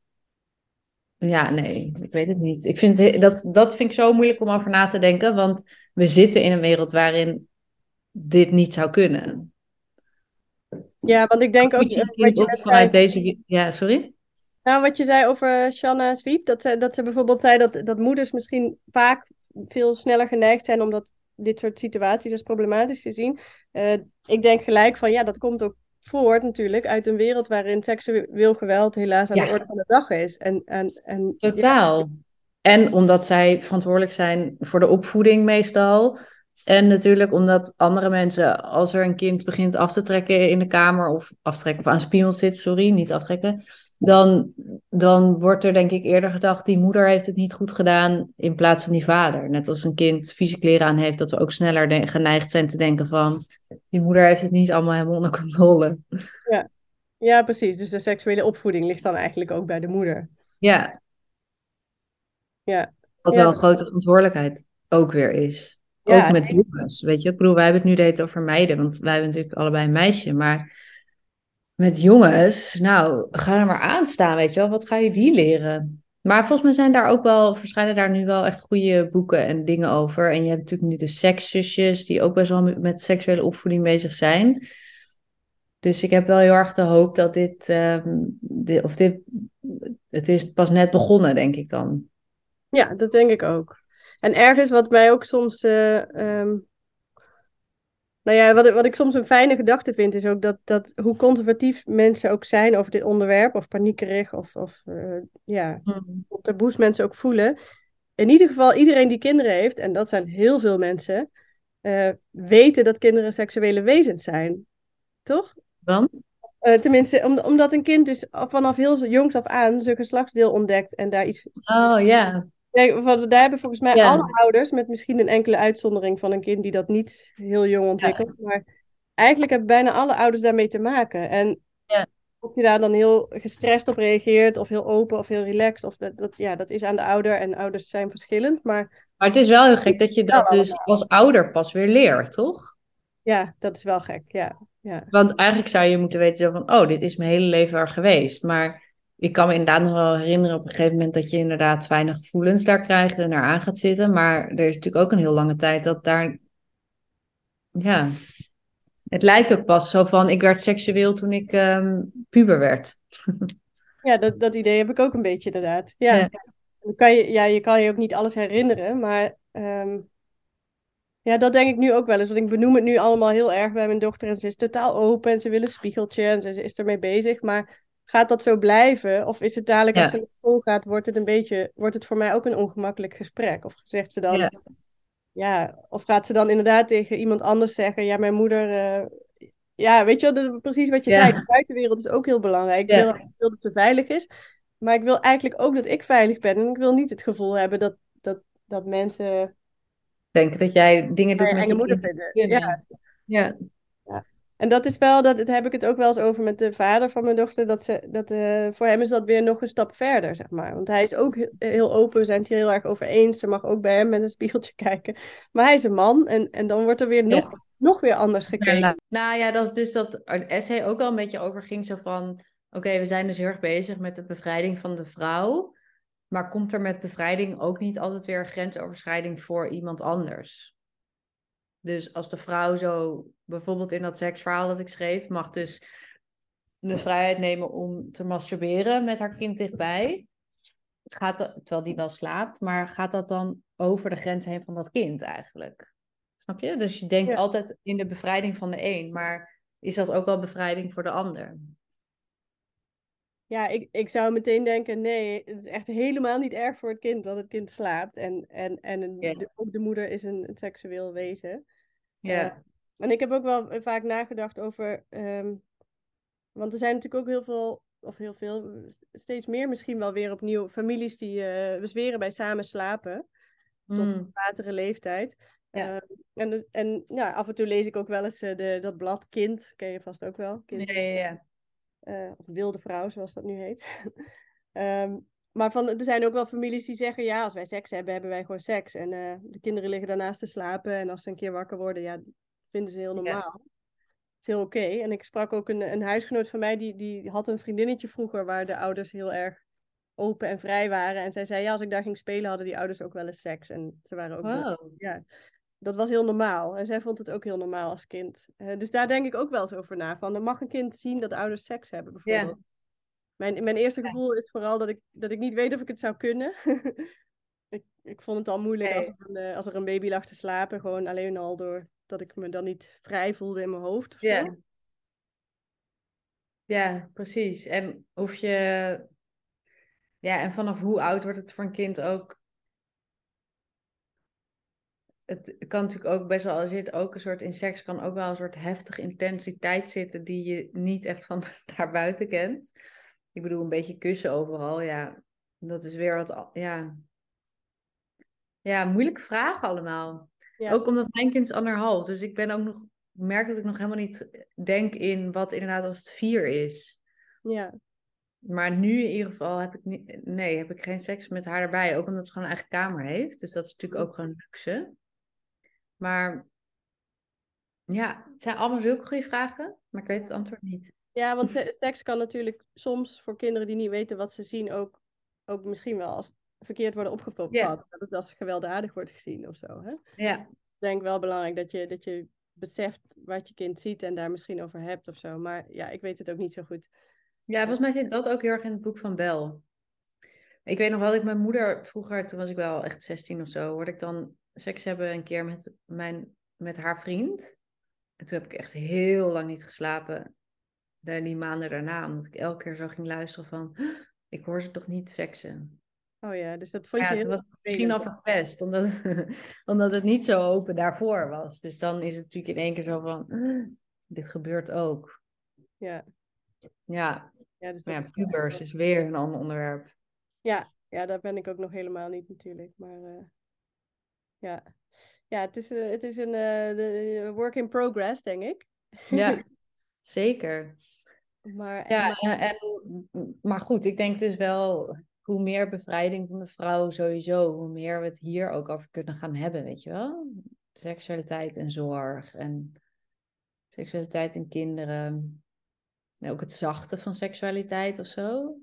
Ja, nee, ik weet het niet. Ik vind het- dat, dat vind ik zo moeilijk om over na te denken, want we zitten in een wereld waarin dit niet zou kunnen. Ja, want ik denk ook Voed je eh, je kind wat je op net vanuit zei. deze... Ja, sorry? Nou, wat je zei over Shanna Zwiep, dat ze, dat ze bijvoorbeeld zei dat, dat moeders misschien vaak veel sneller geneigd zijn om dat, dit soort situaties als problematisch te zien. Eh, ik denk gelijk van ja, dat komt ook voort natuurlijk uit een wereld waarin seksueel geweld helaas aan de orde Ja, van de dag is. En, en, en ja, totaal. En omdat zij verantwoordelijk zijn voor de opvoeding meestal. En natuurlijk omdat andere mensen, als er een kind begint af te trekken in de kamer, of aftrekken of aan spiegels zit, sorry, niet aftrekken, dan, dan wordt er denk ik eerder gedacht, die moeder heeft het niet goed gedaan in plaats van die vader. Net als een kind vieze kleren aan heeft, dat we ook sneller de- geneigd zijn te denken van, die moeder heeft het niet allemaal helemaal onder controle. ja, ja, precies. Dus de seksuele opvoeding ligt dan eigenlijk ook bij de moeder. Ja, Ja, wat ja, wel een dat- grote verantwoordelijkheid ook weer is. Ook ja, met jongens, weet je. Ik bedoel, wij hebben het nu de hele tijd over meiden, want wij hebben natuurlijk allebei een meisje. Maar met jongens, nou, ga er maar aan staan, weet je wel. Wat ga je die leren? Maar volgens mij zijn daar ook wel, verschijnen daar nu wel echt goede boeken en dingen over. En je hebt natuurlijk nu de sekszusjes, die ook best wel met, met seksuele opvoeding bezig zijn. Dus ik heb wel heel erg de hoop dat dit, ehm, dit, of dit, het is pas net begonnen, denk ik dan. ja, dat denk ik ook. En ergens wat mij ook soms eh, ehm, nou ja, wat ik, wat ik soms een fijne gedachte vind, is ook dat, dat hoe conservatief mensen ook zijn over dit onderwerp, of paniekerig, of, of eh, ja, Hmm. hoe taboes mensen ook voelen. In ieder geval, iedereen die kinderen heeft, en dat zijn heel veel mensen, eh, weten dat kinderen seksuele wezens zijn. Toch? Want? Eh, tenminste, om, omdat een kind dus vanaf heel jongs af aan zijn geslachtsdeel ontdekt en daar iets. Oh ja. Nee, want daar hebben volgens mij alle Ja, ouders, met misschien een enkele uitzondering van een kind die dat niet heel jong ja, ontwikkelt, maar eigenlijk hebben bijna alle ouders daarmee te maken. En ja. of je daar dan heel gestrest op reageert, of heel open of heel relaxed, of dat, dat, ja, dat is aan de ouder en ouders zijn verschillend. Maar Maar het is wel heel gek dat je wel dat dus allemaal. als ouder pas weer leert, toch? Ja, dat is wel gek. Ja, ja, Want eigenlijk zou je moeten weten zo van, oh, dit is mijn hele leven er geweest. Maar ik kan me inderdaad nog wel herinneren op een gegeven moment dat je inderdaad fijne gevoelens daar krijgt en daar aan gaat zitten. Maar er is natuurlijk ook een heel lange tijd dat daar, ja, het lijkt ook pas zo van, ik werd seksueel toen ik ehm, puber werd. ja dat, dat idee heb ik ook een beetje inderdaad. Ja, Ja, dan kan je, ja, je kan je ook niet alles herinneren, maar ehm, ja, dat denk ik nu ook wel eens. Want ik benoem het nu allemaal heel erg bij mijn dochter. En ze is totaal open en ze wil een spiegeltje en ze, ze is ermee bezig. Maar gaat dat zo blijven? Of is het dadelijk als ze ja, naar school gaat, wordt het een beetje, wordt het voor mij ook een ongemakkelijk gesprek? Of zegt ze dan, ja, ja, of gaat ze dan inderdaad tegen iemand anders zeggen, ja, mijn moeder, eh, ja, weet je wel, de- precies wat je zei, de ja, buitenwereld is ook heel belangrijk. Ik wil, ja. ik wil dat ze veilig is, maar ik wil eigenlijk ook dat ik veilig ben. En ik wil niet het gevoel hebben dat, dat, dat mensen Denken dat jij dingen doet mij een met enge je moeder kind die vinden. niet Ja. kunnen. Ja, Ja. En dat is wel, dat, daar heb ik het ook wel eens over met de vader van mijn dochter, dat ze, dat, eh, voor hem is dat weer nog een stap verder, zeg maar. Want hij is ook he- heel open, we zijn het hier heel erg over eens. Ze mag ook bij hem met een spiegeltje kijken. Maar hij is een man en, en dan wordt er weer nog, ja. nog weer anders gekeken. Nou ja, dat is dus dat het essay ook wel een beetje over ging. Zo van, oké, we zijn dus heel erg bezig met de bevrijding van de vrouw. Maar komt er met bevrijding ook niet altijd weer grensoverschrijding voor iemand anders? Dus als de vrouw zo, bijvoorbeeld in dat seksverhaal dat ik schreef, mag dus de vrijheid nemen om te masturberen met haar kind dichtbij. Gaat dat, terwijl die wel slaapt, maar gaat dat dan over de grens heen van dat kind eigenlijk? Snap je? Dus je denkt Ja. altijd in de bevrijding van de een, maar is dat ook wel bevrijding voor de ander? Ja, ik, ik zou meteen denken, nee, het is echt helemaal niet erg voor het kind dat het kind slaapt. En, en, en een- Ja. de, ook de moeder is een, een seksueel wezen. Eh, Ja. en ik heb ook wel vaak nagedacht over, ehm, want er zijn natuurlijk ook heel veel, of heel veel, steeds meer misschien wel weer opnieuw, families die eh bezweren bij samen slapen tot Mm. latere leeftijd. Ja. Ehm, en dus- en ja, af en toe lees ik ook wel eens eh, de, dat blad Kind, ken je vast ook wel, Ja, Kind ja, ja. eh, of wilde vrouw, zoals dat nu heet. Ehm, maar van, er zijn ook wel families die zeggen, ja, als wij seks hebben, hebben wij gewoon seks. En eh, de kinderen liggen daarnaast te slapen. En als ze een keer wakker worden, ja, vinden ze heel Ja. normaal. Het is heel oké. En ik sprak ook een, een huisgenoot van mij, die, die had een vriendinnetje vroeger, waar de ouders heel erg open en vrij waren. En zij zei, ja, als ik daar ging spelen, hadden die ouders ook wel eens seks. En ze waren ook blij. Wow. Ja, dat was heel normaal. En zij vond het ook heel normaal als kind. Eh, dus daar denk ik ook wel eens over na. Van, dan mag een kind zien dat ouders seks hebben, Ja. bijvoorbeeld. Mijn, mijn eerste gevoel is vooral dat ik, dat ik niet weet of ik het zou kunnen. ik, ik vond het al moeilijk als er, Nee. een, eh, als er een baby lag te slapen. Gewoon alleen al door dat ik me dan niet vrij voelde in mijn hoofd of zo. Ja. Ja, precies. En of je, ja, en vanaf hoe oud wordt het voor een kind ook? Het kan natuurlijk ook best wel, als je het ook een soort in seks kan ook wel een soort heftige intensiteit zitten die je niet echt van daarbuiten kent. Ik bedoel, een beetje kussen overal, ja, dat is weer wat, al- ja, ja, moeilijke vragen allemaal. Ja, Ook omdat mijn kind is anderhalf, dus ik ben ook nog, ik merk dat ik nog helemaal niet denk in wat inderdaad als het vier is. ja, Maar nu in ieder geval heb ik niet, nee, heb ik geen seks met haar erbij. Ook omdat ze gewoon een eigen kamer heeft. Dus dat is natuurlijk ook gewoon luxe. Maar ja, het zijn allemaal zulke goede vragen. Maar ik weet het antwoord niet. ja, want se- seks kan natuurlijk soms voor kinderen die niet weten wat ze zien ook, ook misschien wel als verkeerd worden Ja, opgevat. Dat het als gewelddadig wordt gezien of zo. Hè? ja. Ik denk wel belangrijk dat je, dat je beseft wat je kind ziet en daar misschien over hebt of zo. Maar ja, ik weet het ook niet zo goed. Ja, volgens mij zit dat ook heel erg in het boek van Bel. Ik weet nog wel dat ik mijn moeder vroeger, toen was ik wel echt zestien of zo, hoorde ik dan seks hebben een keer met, mijn, met haar vriend. En toen heb ik echt heel lang niet geslapen. Daar die maanden daarna, omdat ik elke keer zo ging luisteren van, ik hoor ze toch niet seksen. Oh ja, dus dat vond je Ja, toen heel was het misschien al vervelend. verpest, omdat, omdat het niet zo open daarvoor was. Dus dan is het natuurlijk in één keer zo van, dit gebeurt ook. Ja, Ja, ja, dus maar dat ja, is wel echt pubers wel- is weer een ander onderwerp. Ja, ja, daar ben ik ook nog helemaal niet natuurlijk. Maar eh, ja. Ja, het is, eh, het is een eh, de- work in progress, denk ik. Ja, zeker. Maar, Ja, maar en, en- maar goed, ik denk dus wel, hoe meer bevrijding van de vrouw sowieso, hoe meer we het hier ook over kunnen gaan hebben, weet je wel? Seksualiteit en zorg en seksualiteit en kinderen. En ook het zachte van seksualiteit of zo.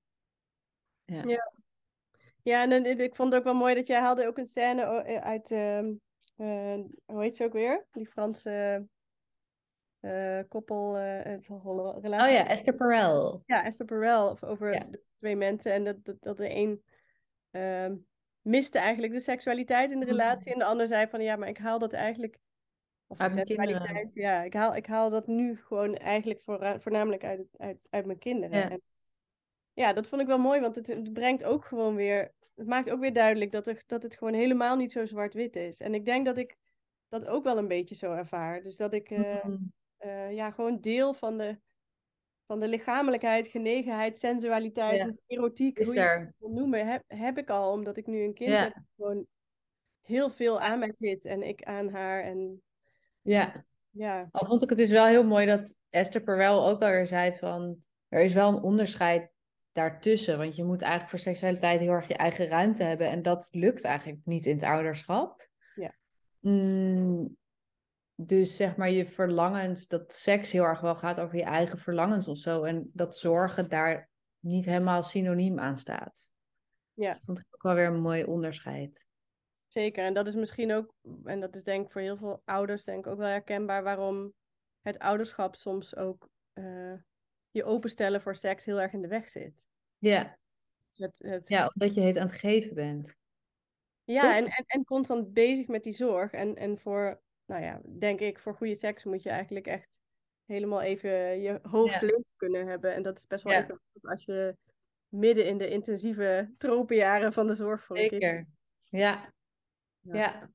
Ja. ja, ja, en dan- ik vond het ook wel mooi dat jij haalde ook een scène o- eh, uit, ehm, eh, hoe heet ze ook weer? Die Franse eh, koppel, eh, eh, Oh relatie. ja, Esther Perel. Ja, Esther Perel, of over Ja. de twee mensen. En dat, dat, dat de een ehm, miste eigenlijk de seksualiteit in de relatie. En de ander zei van, ja, maar ik haal dat eigenlijk, of de Uit mijn kinderen. sensualiteit, ja, ik haal, ik haal dat nu gewoon eigenlijk voor, voornamelijk uit, uit, uit mijn kinderen. Ja. En ja, dat vond ik wel mooi, want het, het brengt ook gewoon weer, het maakt ook weer duidelijk dat, er, dat het gewoon helemaal niet zo zwart-wit is. En ik denk dat ik dat ook wel een beetje zo ervaar. Dus dat ik eh, Mm, eh, ja, gewoon deel van de, van de lichamelijkheid, genegenheid, sensualiteit, ja, hoe- erotiek, is hoe je het er. wil noemen, heb, heb ik al, omdat ik nu een kind heb, Ja, gewoon heel veel aan mij zit en ik aan haar. En ja. ja, Al vond ik het dus wel heel mooi dat Esther Perel ook alweer zei van, er is wel een onderscheid daartussen. Want je moet eigenlijk voor seksualiteit heel erg je eigen ruimte hebben. En dat lukt eigenlijk niet in het ouderschap. ja, Mm, dus zeg maar je verlangens, dat seks heel erg wel gaat over je eigen verlangens of zo. En dat zorgen daar niet helemaal synoniem aan staat. ja. Dat vond ik ook wel weer een mooi onderscheid. Zeker, en dat is misschien ook, en dat is denk ik voor heel veel ouders denk ik ook wel herkenbaar, waarom het ouderschap soms ook eh, je openstellen voor seks heel erg in de weg zit. Ja, Het, het, ja, omdat je het aan het geven bent. ja, en, Toch? en, en constant bezig met die zorg. En, en voor, nou ja, denk ik, voor goede seks moet je eigenlijk echt helemaal even je hoofd Ja, leeg kunnen hebben. En dat is best wel ja. ingewikkeld als je midden in de intensieve tropenjaren van de zorg voor een kind. Zeker. Ja. Ja. Ja.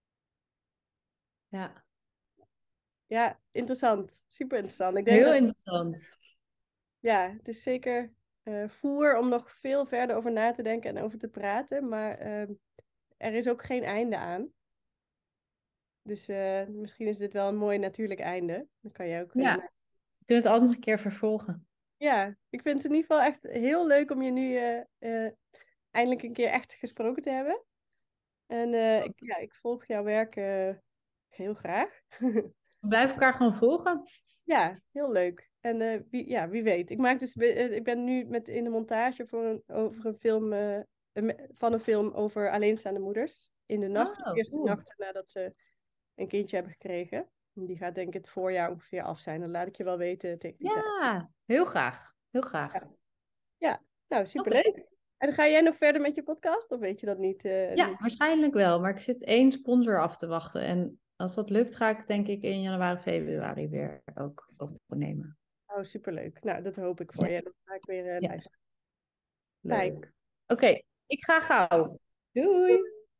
Ja. Ja, interessant. Super interessant. Ik denk Heel dat, interessant. ja, het is zeker eh, voer om nog veel verder over na te denken en over te praten. Maar ehm, er is ook geen einde aan. Dus eh, misschien is dit wel een mooi natuurlijk einde. Dan kan je ook... eh, Ja. na- We kunnen het altijd nog een keer vervolgen. Ja, ik vind het in ieder geval echt heel leuk om je nu eh, eh, eindelijk een keer echt gesproken te hebben. En eh, ik, ja, ik volg jouw werk eh, heel graag. We blijven elkaar gewoon volgen. Ja, heel leuk. En eh, wie, ja, wie weet. Ik maak dus, eh, ik ben nu met in de montage voor een, over een film, eh, een- van een film over alleenstaande moeders. In de nacht, de Oh, eerste cool. nacht nadat ze een kindje hebben gekregen. Die gaat denk ik het voorjaar ongeveer af zijn. Dan laat ik je wel weten tegen die tijd. Ja, heel graag. Heel graag. Ja, ja. Nou, Oké. superleuk. En ga jij nog verder met je podcast? Of weet je dat niet? eh, Ja, niet? waarschijnlijk wel. Maar ik zit één sponsor af te wachten. En als dat lukt, ga ik denk ik in januari, februari weer ook opnemen. Oh, superleuk. Nou, dat hoop ik voor Ja, je. Dan ga ik weer eh, ja, luisteren. Fijn. leuk. Oké, ik ga gauw. Doei.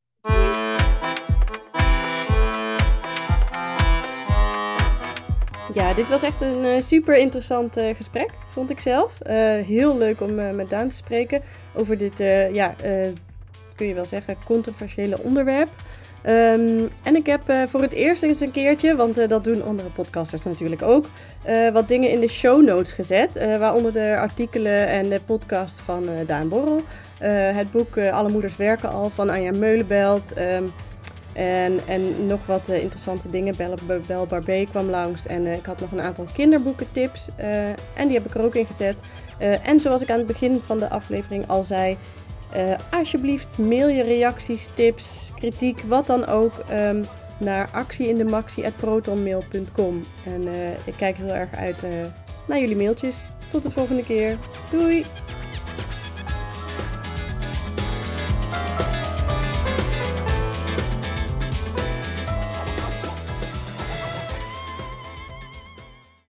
Ja, dit was echt een uh, super interessant uh, gesprek, vond ik zelf. Uh, heel leuk om uh, met Daan te spreken over dit, uh, ja, uh, kun je wel zeggen, controversiële onderwerp. Um, en ik heb uh, voor het eerst eens een keertje, want uh, dat doen andere podcasters natuurlijk ook, uh, wat dingen in de show notes gezet. Uh, waaronder de artikelen en de podcast van uh, Daan Borrel. Uh, het boek uh, Alle Moeders Werken Al van Anja Meulenbelt. Um, En, en nog wat uh, interessante dingen. Bel, Bel Barbé kwam langs. En uh, ik had nog een aantal kinderboekentips. Uh, en die heb ik er ook in gezet. Uh, en zoals ik aan het begin van de aflevering al zei. Uh, alsjeblieft mail je reacties, tips, kritiek, wat dan ook. Um, naar actieindemaxie at protonmail punt com. En uh, ik kijk heel erg uit uh, naar jullie mailtjes. Tot de volgende keer. Doei!